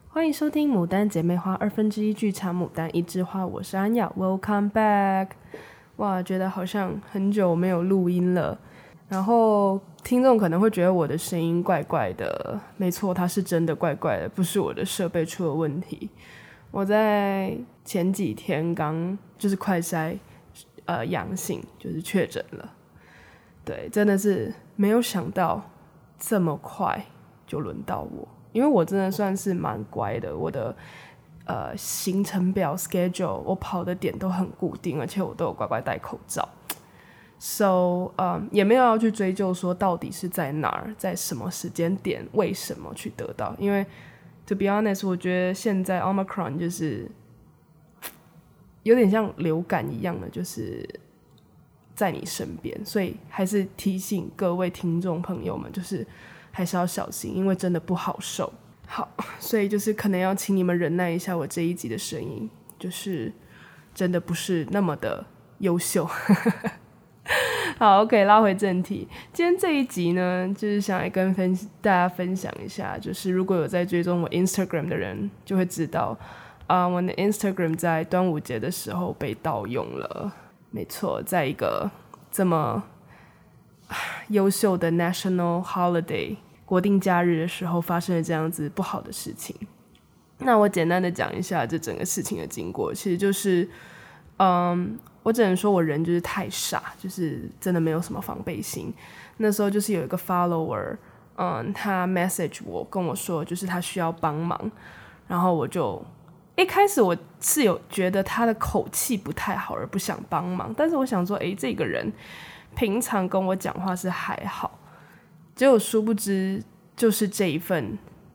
欢迎收听《牡丹姐妹花1/2剧场牡丹一枝花》，我是安雅 ，Welcome back。哇，觉得好像很久没有录音了，然后听众可能会觉得我的声音怪怪的，没错，它是真的怪怪的，不是我的设备出了问题。我在前几天刚就是快筛阳性，就是确诊了。对，真的是没有想到这么快就轮到我。因为我真的算是蛮乖的，我的行程表 schedule 我跑的点都很固定，而且我都有乖乖戴口罩。So 也没有要去追究说到底是在哪儿，在什么时间点，为什么去得到。因为 to be honest， 我觉得现在 Omicron 就是有点像流感一样的，就是在你身边，所以还是提醒各位听众朋友们，就是还是要小心，因为真的不好受。好，所以就是可能要请你们忍耐一下我这一集的声音，就是真的不是那么的优秀。好 ，OK， 拉回正题。今天这一集呢，就是想来跟大家分享一下，就是如果有在追踪我 Instagram 的人，就会知道我的 Instagram 在端午节的时候被盗用了。没错，在一个这么优秀的 National Holiday 国定假日的时候发生了这样子不好的事情。那我简单的讲一下这整个事情的经过，其实就是我只能说我人就是太傻，就是真的没有什么防备心。那时候就是有一个 follower 他 message 我跟我说就是他需要帮忙，然后我就一开始我是有觉得他的口气不太好而不想帮忙，但是我想说这个人平常跟我讲话是还好，结果殊不知就是这一份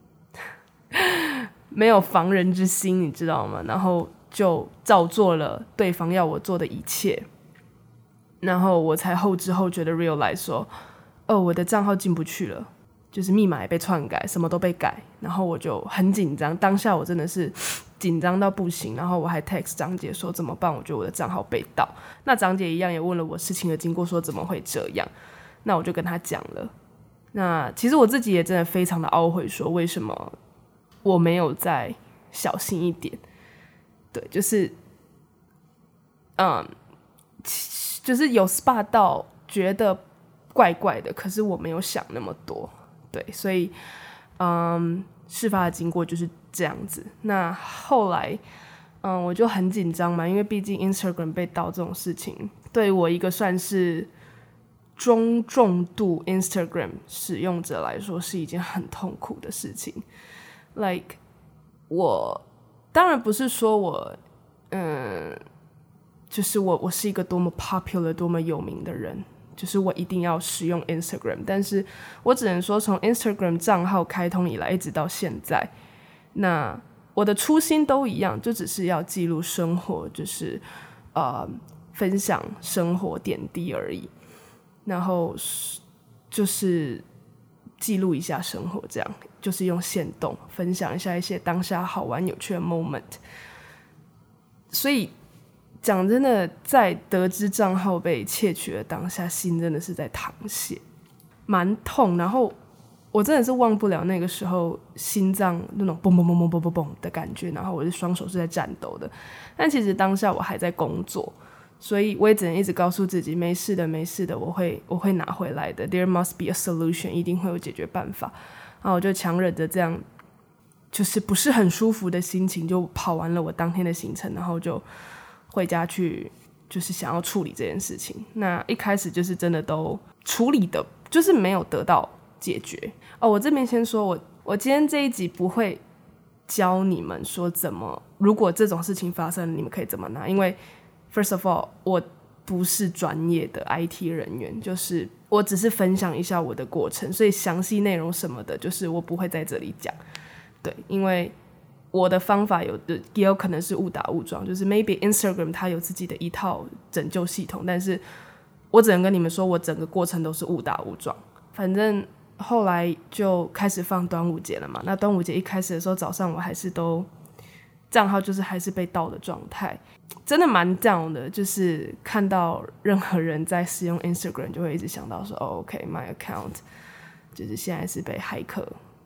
没有防人之心，你知道吗？然后就照做了对方要我做的一切，然后我才后知后觉的 realize 说我的账号进不去了，就是密码也被篡改，什么都被改，然后我就很紧张，当下我真的是紧张到不行，然后我还 text 张姐说怎么办，我觉得我的账号被盗。那张姐一样也问了我事情的经过，说怎么会这样，那我就跟她讲了。那其实我自己也真的非常的懊悔，说为什么我没有再小心一点。对，就是就是有 spot 到觉得怪怪的，可是我没有想那么多。对，所以事发的经过就是这样子。那后来我就很紧张嘛，因为毕竟 Instagram 被盗这种事情，对我一个算是中重度 Instagram 使用者来说是一件很痛苦的事情。Like 我当然不是说我就是我是一个多么 popular 多么有名的人，就是我一定要使用 Instagram， 但是我只能说从 Instagram 账号开通以来一直到现在，那我的初心都一样，就只是要记录生活，就是分享生活点滴而已，然后就是记录一下生活，这样就是用限动分享一下一些当下好玩有趣的 moment。 所以讲真的，在得知账号被窃取的当下，心真的是在淌血，蛮痛，然后我真的是忘不了那个时候心脏那种嘣嘣嘣嘣嘣嘣嘣的感觉，然后我的双手是在颤抖的，但其实当下我还在工作，所以我也只能一直告诉自己没事的没事的，我会拿回来的， there must be a solution， 一定会有解决办法。然后我就强忍着这样就是不是很舒服的心情，就跑完了我当天的行程，然后就回家去就是想要处理这件事情。那一开始就是真的都处理的就是没有得到解决。我这边先说我今天这一集不会教你们说怎么，如果这种事情发生了你们可以怎么拿，因为 first of all 我不是专业的 IT 人员，就是我只是分享一下我的过程，所以详细内容什么的就是我不会在这里讲。对，因为我的方法也有可能是误打误撞，就是 maybe Instagram 它有自己的一套拯救系统，但是我只能跟你们说我整个过程都是误打误撞。反正后来就开始放端午节了嘛，那端午节一开始的时候早上我还是都账号就是还是被盗的状态，真的蛮 down 的，就是看到任何人在使用 Instagram 就会一直想到说OK my account 就是现在是被骇客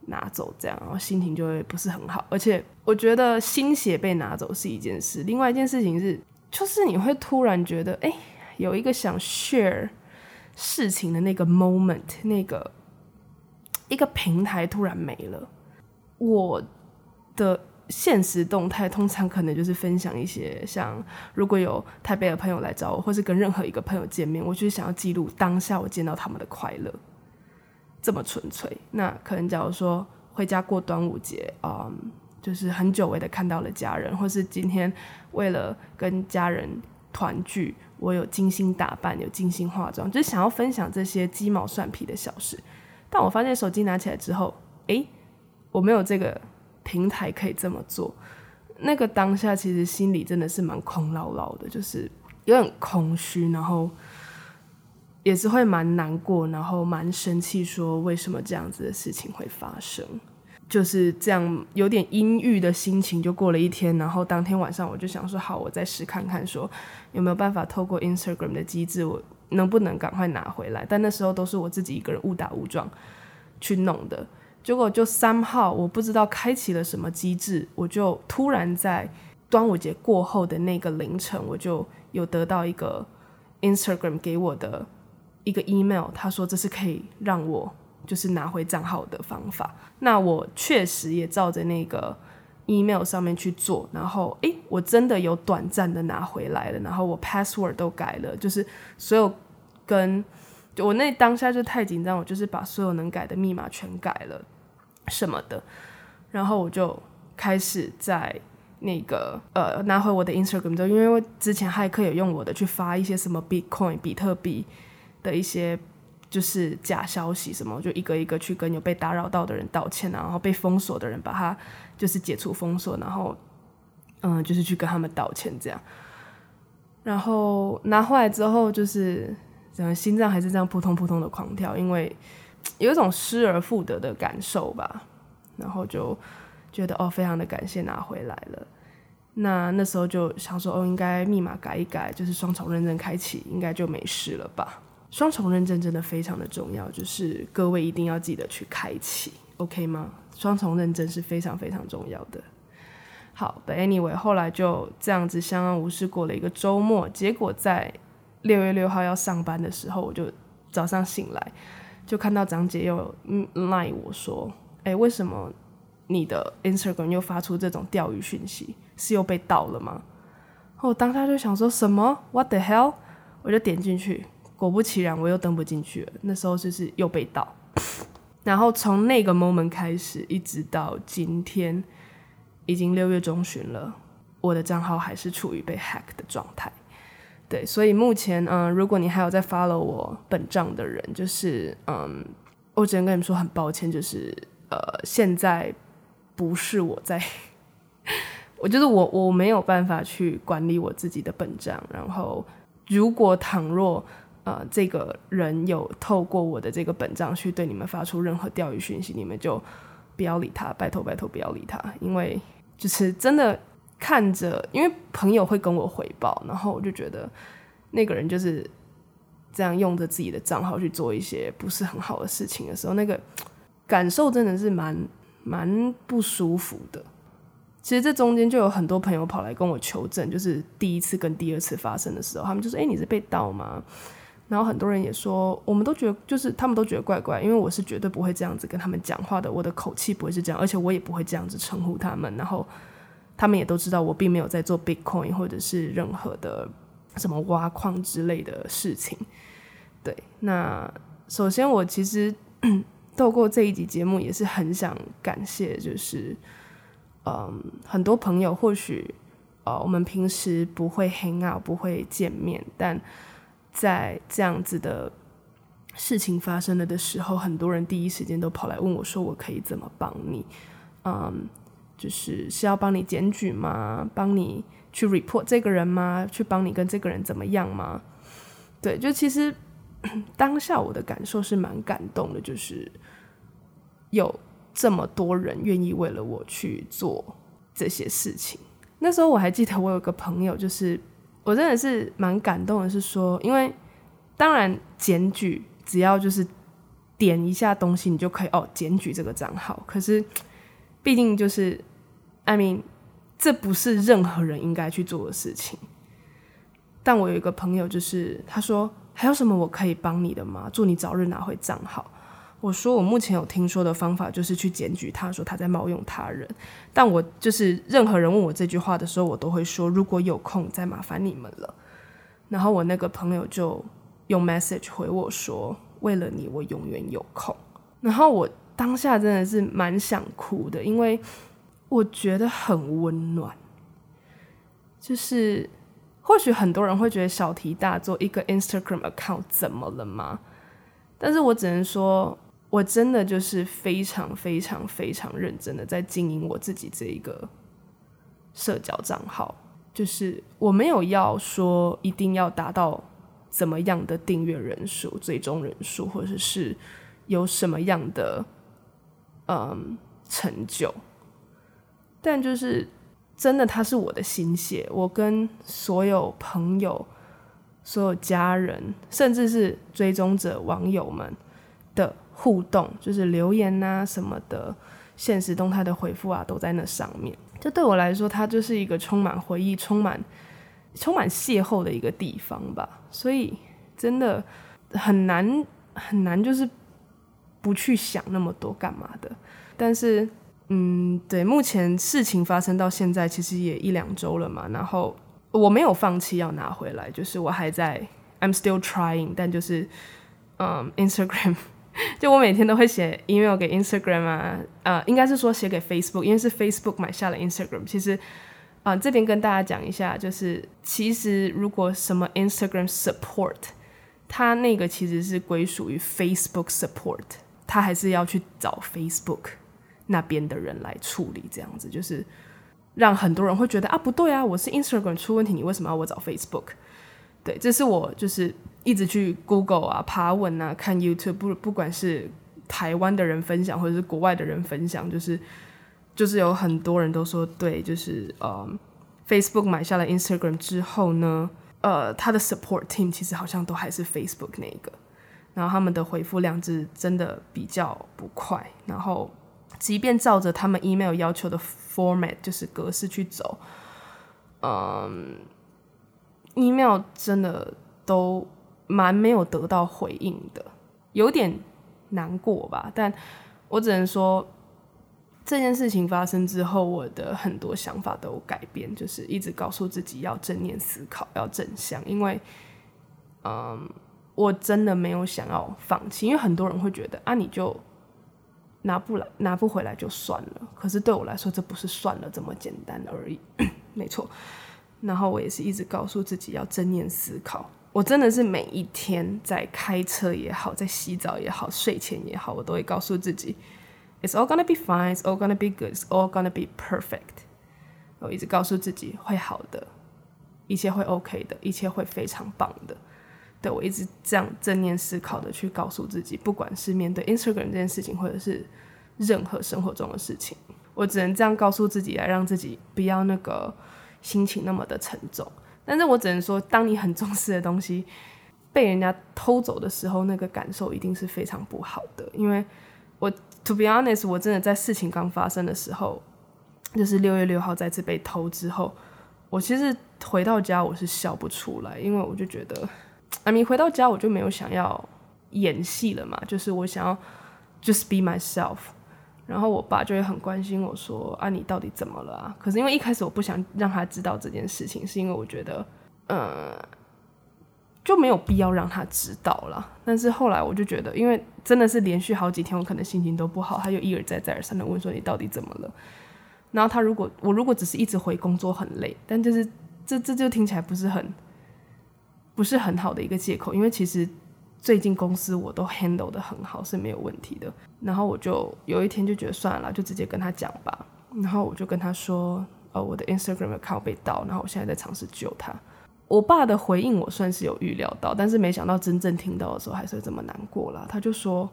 拿走，这样然后心情就会不是很好。而且我觉得心血被拿走是一件事，另外一件事情是，就是你会突然觉得，有一个想 share 事情的那个 moment， 那个一个平台突然没了。我的现实动态通常可能就是分享一些像如果有台北的朋友来找我，或是跟任何一个朋友见面，我就是想要记录当下我见到他们的快乐，这么纯粹。那可能假如说回家过端午节，就是很久违的看到了家人，或是今天为了跟家人团聚，我有精心打扮，有精心化妆，就是想要分享这些鸡毛蒜皮的小事。但我发现手机拿起来之后，我没有这个平台可以这么做。那个当下其实心里真的是蛮空落落的，就是有点空虚，然后也是会蛮难过，然后蛮生气，说为什么这样子的事情会发生。就是这样有点阴郁的心情就过了一天，然后当天晚上我就想说好，我再试看看说有没有办法透过 Instagram 的机制，我能不能赶快拿回来。但那时候都是我自己一个人误打误撞去弄的，结果就somehow我不知道开启了什么机制，我就突然在端午节过后的那个凌晨，我就有得到一个 Instagram 给我的一个 email， 他说这是可以让我就是拿回账号的方法。那我确实也照着那个 email 上面去做，然后我真的有短暂的拿回来了，然后我 password 都改了，就是所有就我那当下就太紧张，我就是把所有能改的密码全改了什么的，然后我就开始在那个拿回我的 Instagram 之后，因为我之前骇客有用我的去发一些什么 Bitcoin 比特币的一些就是假消息什么，我就一个一个去跟有被打扰到的人道歉啊，然后被封锁的人把他就是解除封锁，然后就是去跟他们道歉这样。然后拿回来之后，就是整个心脏还是这样扑通扑通的狂跳，因为有一种失而复得的感受吧。然后就觉得非常的感谢拿回来了。那时候就想说应该密码改一改，就是双重认证开启，应该就没事了吧。双重认证真的非常的重要，就是各位一定要记得去开启 OK 吗？双重认证是非常非常重要的。好 But anyway 后来就这样子相安无事过了一个周末，结果在6月6号要上班的时候，我就早上醒来就看到长姐又赖我说为什么你的 Instagram 又发出这种钓鱼讯息，是又被盗了吗？我当下就想说什么 What the hell， 我就点进去，果不其然我又登不进去了，那时候就是又被盗。然后从那个 moment 开始一直到今天已经6月中旬了，我的账号还是处于被 hack 的状态。对，所以目前如果你还有在 follow 我本账的人，就是我只能跟你们说很抱歉，就是现在不是我在我没有办法去管理我自己的本账。然后如果倘若这个人有透过我的这个本账去对你们发出任何钓鱼讯息，你们就不要理他，拜托拜托不要理他。因为就是真的看着，因为朋友会跟我回报，然后我就觉得那个人就是这样用着自己的账号去做一些不是很好的事情的时候，那个感受真的是蛮不舒服的。其实这中间就有很多朋友跑来跟我求证，就是第一次跟第二次发生的时候，他们就说你是被盗吗？然后很多人也说，我们都觉得就是他们都觉得怪怪，因为我是绝对不会这样子跟他们讲话的，我的口气不会是这样，而且我也不会这样子称呼他们。然后他们也都知道我并没有在做 Bitcoin 或者是任何的什么挖矿之类的事情。对，那首先我其实透过这一集节目也是很想感谢，就是很多朋友或许我们平时不会 hang out 不会见面，但在这样子的事情发生了的时候，很多人第一时间都跑来问我说我可以怎么帮你，就是要帮你检举吗？帮你去 report 这个人吗？去帮你跟这个人怎么样吗？对，就其实当下我的感受是蛮感动的，就是有这么多人愿意为了我去做这些事情。那时候我还记得我有个朋友，就是我真的是蛮感动的，是说因为当然检举只要就是点一下东西你就可以检举这个账号，可是毕竟就是I mean 这不是任何人应该去做的事情。但我有一个朋友，就是他说还有什么我可以帮你的吗？祝你早日拿回账号。我说我目前有听说的方法就是去检举他，说他在冒用他人。但我就是任何人问我这句话的时候，我都会说如果有空再麻烦你们了。然后我那个朋友就用 message 回我说为了你我永远有空。然后我当下真的是蛮想哭的，因为我觉得很温暖。就是或许很多人会觉得小题大做，一个 Instagram account 怎么了吗？但是我只能说我真的就是非常非常非常认真的在经营我自己这一个社交账号。就是我没有要说一定要达到怎么样的订阅人数、追踪人数，或者是有什么样的成就，但就是真的它是我的心血。我跟所有朋友、所有家人，甚至是追踪者网友们的互动，就是留言啊什么的，限时动态的回复啊，都在那上面。就对我来说，它就是一个充满回忆、充满邂逅的一个地方吧。所以真的很难，就是不去想那么多干嘛的。但是对，目前事情发生到现在其实也1-2周了嘛，然后我没有放弃要拿回来，就是我还在 I'm still trying， 但就是Instagram 就我每天都会写 email 给 Instagram 啊，应该是说写给 Facebook， 因为是 Facebook 买下了 Instagram。其实这边跟大家讲一下，就是其实如果什么 Instagram support， 它那个其实是归属于 Facebook support， 它还是要去找 Facebook 那边的人来处理，这样子就是让很多人会觉得不对啊，我是 Instagram 出问题，你为什么要我找 Facebook？ 对，这是我就是一直去 Google 啊、爬文啊、看 YouTube， 不管是台湾的人分享或者是国外的人分享，就是有很多人都说对，就是Facebook 买下了 Instagram 之后呢，他的 support team 其实好像都还是 Facebook 那个，然后他们的回复量是真的比较不快，然后即便照着他们 email 要求的 format 就是格式去走，email 真的都蛮没有得到回应的，有点难过吧。但我只能说这件事情发生之后，我的很多想法都有改变，就是一直告诉自己要正念思考，要正向，因为我真的没有想要放弃。因为很多人会觉得你就拿不回来就算了，可是对我来说这不是算了这么简单而已没错。然后我也是一直告诉自己要正念思考，我真的是每一天在开车也好，在洗澡也好，睡前也好，我都会告诉自己 It's all gonna be fine, it's all gonna be good, it's all gonna be perfect。 我一直告诉自己会好的，一切会 OK 的，一切会非常棒的。对，我一直这样正念思考的去告诉自己，不管是面对 Instagram 这件事情，或者是任何生活中的事情，我只能这样告诉自己，来让自己不要那个心情那么的沉重。但是我只能说，当你很重视的东西被人家偷走的时候，那个感受一定是非常不好的。因为我 to be honest， 我真的在事情刚发生的时候，就是6月6号再次被偷之后，我其实回到家我是笑不出来，因为我就觉得回到家我就没有想要演戏了嘛，就是我想要 just be myself。然后我爸就会很关心我说你到底怎么了啊？可是因为一开始我不想让他知道这件事情，是因为我觉得就没有必要让他知道啦。但是后来我就觉得，因为真的是连续好几天我可能心情都不好，他就一而再再而三的问说你到底怎么了。然后我如果只是一直回工作很累，但就是这就听起来不是很好的一个借口，因为其实最近公司我都 handle 得很好，是没有问题的。然后我就有一天就觉得算了啦，就直接跟他讲吧。然后我就跟他说我的 Instagram account 被盗，然后我现在在尝试救他。我爸的回应我算是有预料到，但是没想到真正听到的时候还是这么难过啦。他就说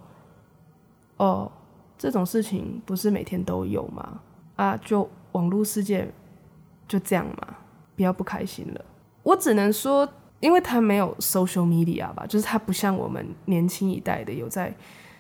这种事情不是每天都有吗？就网络世界就这样嘛，不要不开心了。我只能说因为他没有 social media 吧，就是他不像我们年轻一代的有在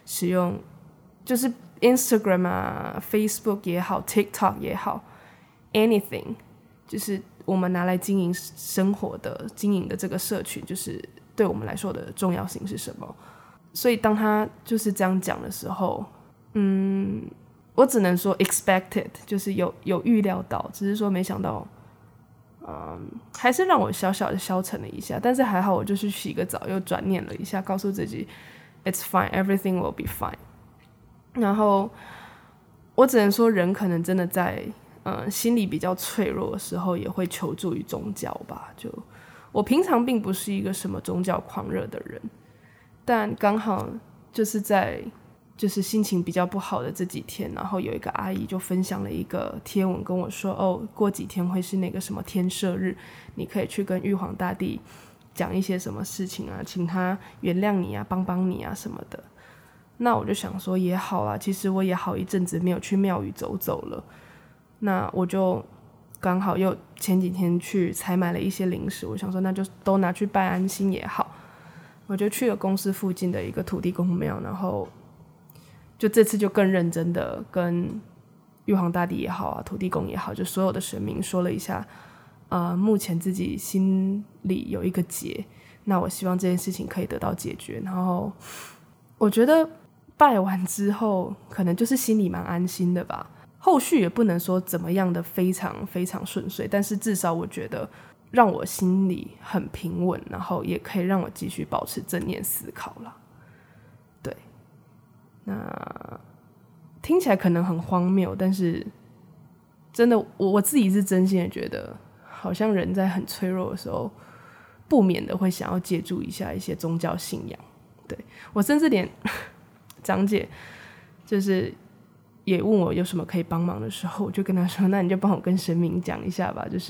使用，就是 Instagram 啊 Facebook 也好 TikTok 也好 anything， 就是我们拿来经营生活的经营的这个社群，就是对我们来说的重要性是什么。所以当他就是这样讲的时候，我只能说 expected， 就是有预料到，只是说没想到，还是让我小小的消沉了一下。但是还好，我就是洗个澡，又转念了一下，告诉自己 it's fine, everything will be fine。然后我只能说，人可能真的在心理比较脆弱的时候，也会求助于宗教吧。就我平常并不是一个什么宗教狂热的人，但刚好就是在就是心情比较不好的这几天，然后有一个阿姨就分享了一个贴文跟我说，过几天会是那个什么天赦日，你可以去跟玉皇大帝讲一些什么事情啊，请他原谅你啊，帮你啊什么的。那我就想说也好啦，其实我也好一阵子没有去庙宇走走了，那我就刚好又前几天去采买了一些零食，我想说那就都拿去拜安心也好，我就去了公司附近的一个土地公庙，然后就这次就更认真的跟玉皇大帝也好啊，土地公也好，就所有的神明说了一下，目前自己心里有一个结，那我希望这件事情可以得到解决。然后我觉得拜完之后，可能就是心里蛮安心的吧。后续也不能说怎么样的非常非常顺遂，但是至少我觉得让我心里很平稳，然后也可以让我继续保持正念思考啦。对，那听起来可能很荒谬，但是真的我自己是真心的觉得，好像人在很脆弱的时候，不免的会想要借助一下一些宗教信仰。对，我甚至连长姐就是也问我有什么可以帮忙的时候，我就跟她说，那你就帮我跟神明讲一下吧，就是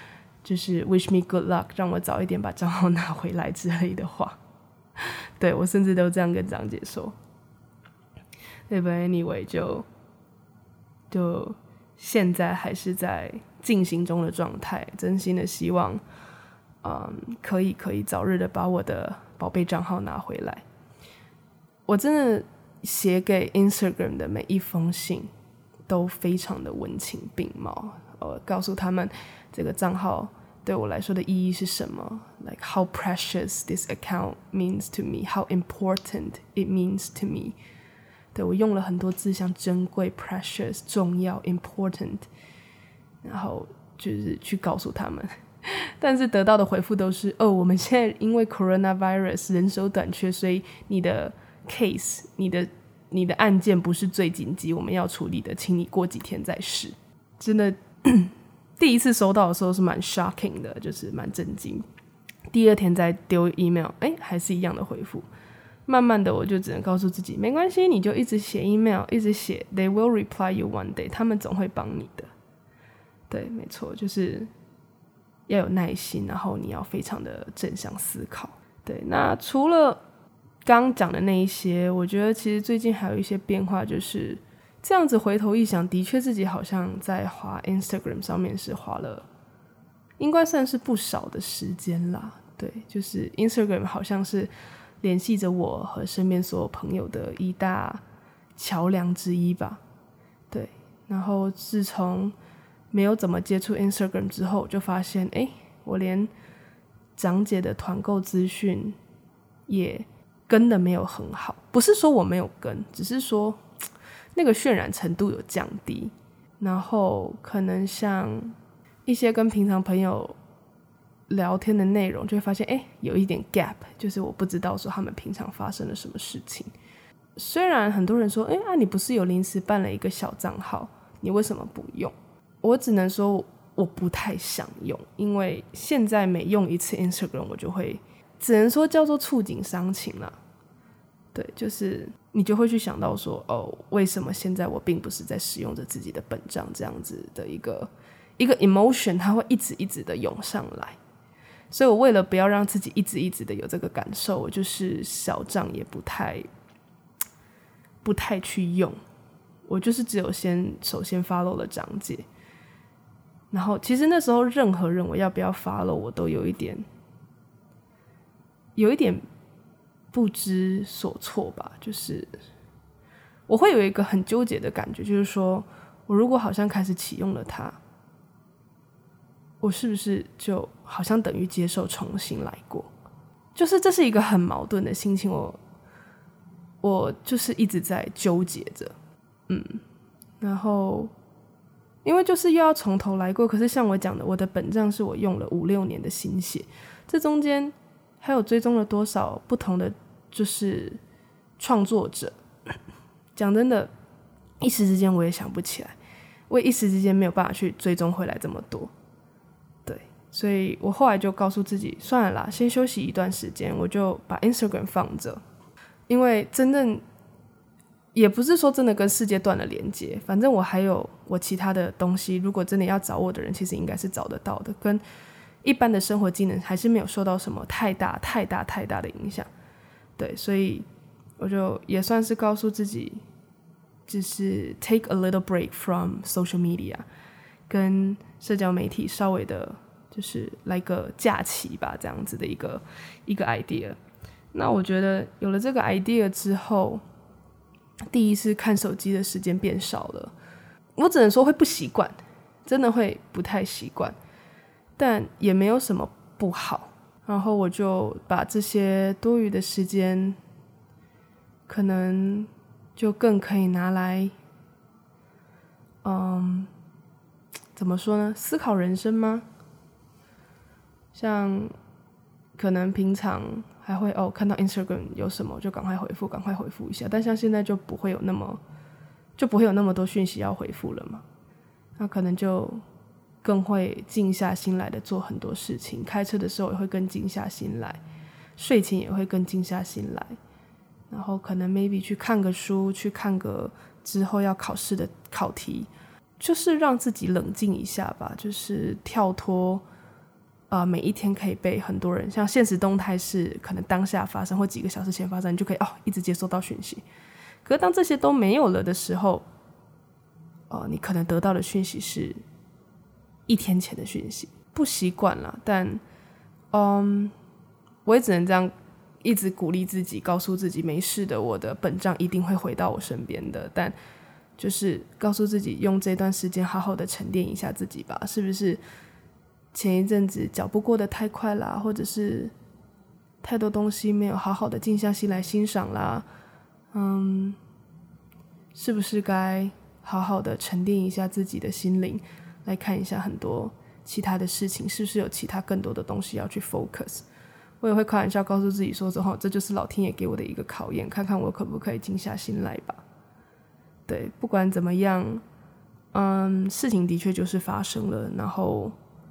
wish me good luck， 让我早一点把账号拿回来之类的话。对，我甚至都这样跟长姐说。对吧 ？Anyway， 就现在还是在进行中的状态，真心的希望，可以早日的把我的宝贝账号拿回来。我真的写给 Instagram 的每一封信都非常的文情并茂，告诉他们这个账号对我来说的意义是什么 ，like how precious this account means to me, how important it means to me。对，我用了很多字，像珍贵 precious 重要 important， 然后就是去告诉他们，但是得到的回复都是我们现在因为 coronavirus 人手短缺，所以你的 case 你的案件不是最紧急我们要处理的，请你过几天再试。真的第一次收到的时候是蛮 shocking 的，就是蛮震惊。第二天再丢 email， 还是一样的回复。慢慢的我就只能告诉自己，没关系，你就一直写 email， 一直写 they will reply you one day， 他们总会帮你的。对，没错，就是要有耐心，然后你要非常的正向思考。对，那除了刚讲的那一些，我觉得其实最近还有一些变化，就是这样子回头一想，的确自己好像在滑 Instagram 上面是花了应该算是不少的时间啦。对，就是 Instagram 好像是联系着我和身边所有朋友的一大桥梁之一吧。对，然后自从没有怎么接触 Instagram 之后，我就发现我连长姐的团购资讯也跟的没有很好，不是说我没有跟，只是说那个渲染程度有降低，然后可能像一些跟平常朋友聊天的内容就会发现有一点 gap， 就是我不知道说他们平常发生了什么事情。虽然很多人说你不是有临时办了一个小账号，你为什么不用？我只能说我不太想用，因为现在每用一次 Instagram 我就会只能说叫做触景伤情啦。对，就是你就会去想到说为什么现在我并不是在使用着自己的本账，这样子的一个 emotion 它会一直一直的涌上来。所以我为了不要让自己一直一直的有这个感受，我就是小账也不太去用，我就是只有首先 follow 了长姐，然后其实那时候任何人我要不要 follow 我都有一点不知所措吧，就是我会有一个很纠结的感觉，就是说我如果好像开始启用了它，我是不是就好像等于接受重新来过？就是这是一个很矛盾的心情，我就是一直在纠结着，然后因为就是又要从头来过，可是像我讲的，我的本账是我用了5-6年的心血，这中间还有追踪了多少不同的就是创作者，讲真的，一时之间我也想不起来，我也一时之间没有办法去追踪回来这么多，对，所以我后来就告诉自己，算了啦，先休息一段时间，我就把 Instagram 放着，因为真正也不是说真的跟世界断了连接，反正我还有我其他的东西，如果真的要找我的人，其实应该是找得到的，跟一般的生活技能还是没有受到什么太大的影响。对，所以我就也算是告诉自己，就是 take a little break from social media， 跟社交媒体稍微的就是来个假期吧，这样子的一个 idea。那我觉得有了这个 idea 之后，第一是看手机的时间变少了，我只能说会不习惯，真的会不太习惯，但也没有什么不好。然后我就把这些多余的时间，可能就更可以拿来，怎么说呢？思考人生吗？像可能平常还会看到 Instagram 有什么就赶快回复一下，但像现在就不会有那么多讯息要回复了嘛，那可能就更会静下心来的做很多事情，开车的时候也会更静下心来，睡前也会更静下心来，然后可能 maybe 去看个书，去看个之后要考试的考题，就是让自己冷静一下吧，就是跳脱每一天可以被很多人，像现实动态是可能当下发生或几个小时前发生，你就可以一直接收到讯息。可是当这些都没有了的时候，你可能得到的讯息是1天前的讯息，不习惯啦。但我也只能这样一直鼓励自己，告诉自己没事的，我的本账一定会回到我身边的。但就是告诉自己，用这段时间好好的沉淀一下自己吧，是不是？前一阵子脚步过得太快啦，或者是太多东西没有好好的静下心来欣赏啦，是不是该好好的沉淀一下自己的心灵，来看一下很多其他的事情，是不是有其他更多的东西要去 focus。 我也会开玩笑告诉自己说，这就是老天爷给我的一个考验，看看我可不可以静下心来吧。对，不管怎么样，事情的确就是发生了，然后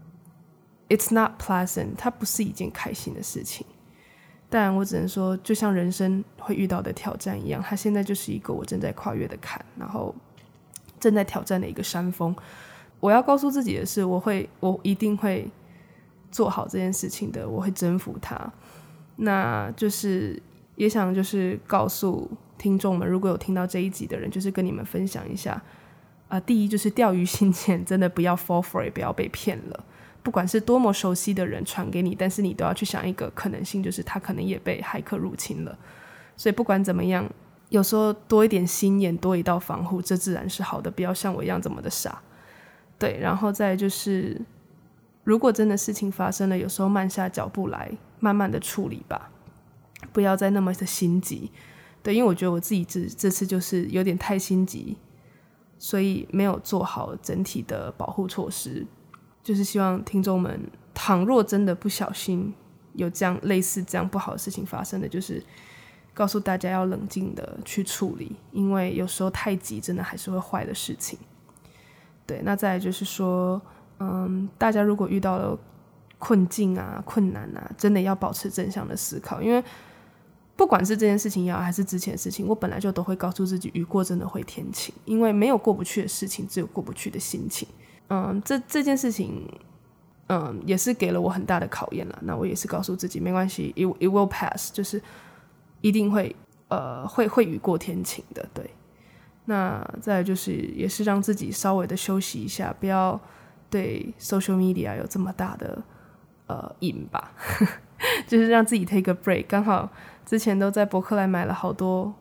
It's not pleasant， 它不是一件开心的事情，但我只能说，就像人生会遇到的挑战一样，它现在就是一个我正在跨越的坎，然后正在挑战的一个山峰。我要告诉自己的是，我一定会做好这件事情的，我会征服它。那就是也想就是告诉听众们，如果有听到这一集的人，就是跟你们分享一下第一就是钓鱼信件真的不要 fall for it， 不要被骗了。不管是多么熟悉的人传给你，但是你都要去想一个可能性，就是他可能也被骇客入侵了。所以不管怎么样，有时候多一点心眼，多一道防护，这自然是好的，不要像我一样这么的傻。对，然后再就是如果真的事情发生了，有时候慢下脚步来慢慢的处理吧，不要再那么的心急。对，因为我觉得我自己这次就是有点太心急，所以没有做好整体的保护措施。就是希望听众们，倘若真的不小心有类似这样不好的事情发生的，就是告诉大家要冷静的去处理，因为有时候太急真的还是会坏的事情。对，那再来就是说大家如果遇到了困境啊困难啊，真的要保持正向的思考，因为不管是这件事情也好，还是之前的事情，我本来就都会告诉自己，雨过真的会天晴，因为没有过不去的事情，只有过不去的心情。这件事情也是给了我很大的考验啦。那我也是告诉自己没关系 it will pass， 就是一定会雨过天晴的。对，那再来就是也是让自己稍微的休息一下，不要对 social media 有这么大的瘾吧就是让自己 take a break。刚好之前都在博客来买了好多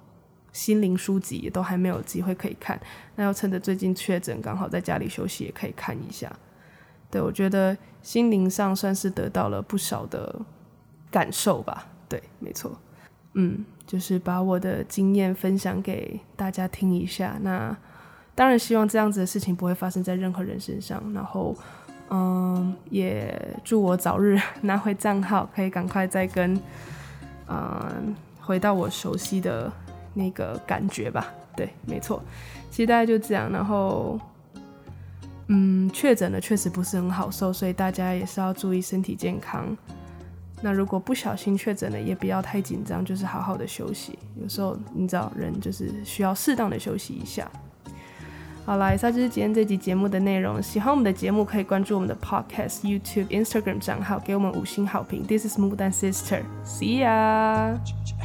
心灵书籍也都还没有机会可以看，那要趁着最近确诊刚好在家里休息也可以看一下。对，我觉得心灵上算是得到了不少的感受吧。对，没错。就是把我的经验分享给大家听一下。那当然希望这样子的事情不会发生在任何人身上，然后也祝我早日拿回账号，可以赶快再跟回到我熟悉的那个感觉吧。对，没错，其实大概就这样。然后确诊了确实不是很好受，所以大家也是要注意身体健康。那如果不小心确诊了，也不要太紧张，就是好好的休息。有时候你知道，人就是需要适当的休息一下。好啦，以上就是今天这集节目的内容。喜欢我们的节目，可以关注我们的 Podcast、YouTube、Instagram 账号，给我们5星好评。This is Mudan Sister，See ya。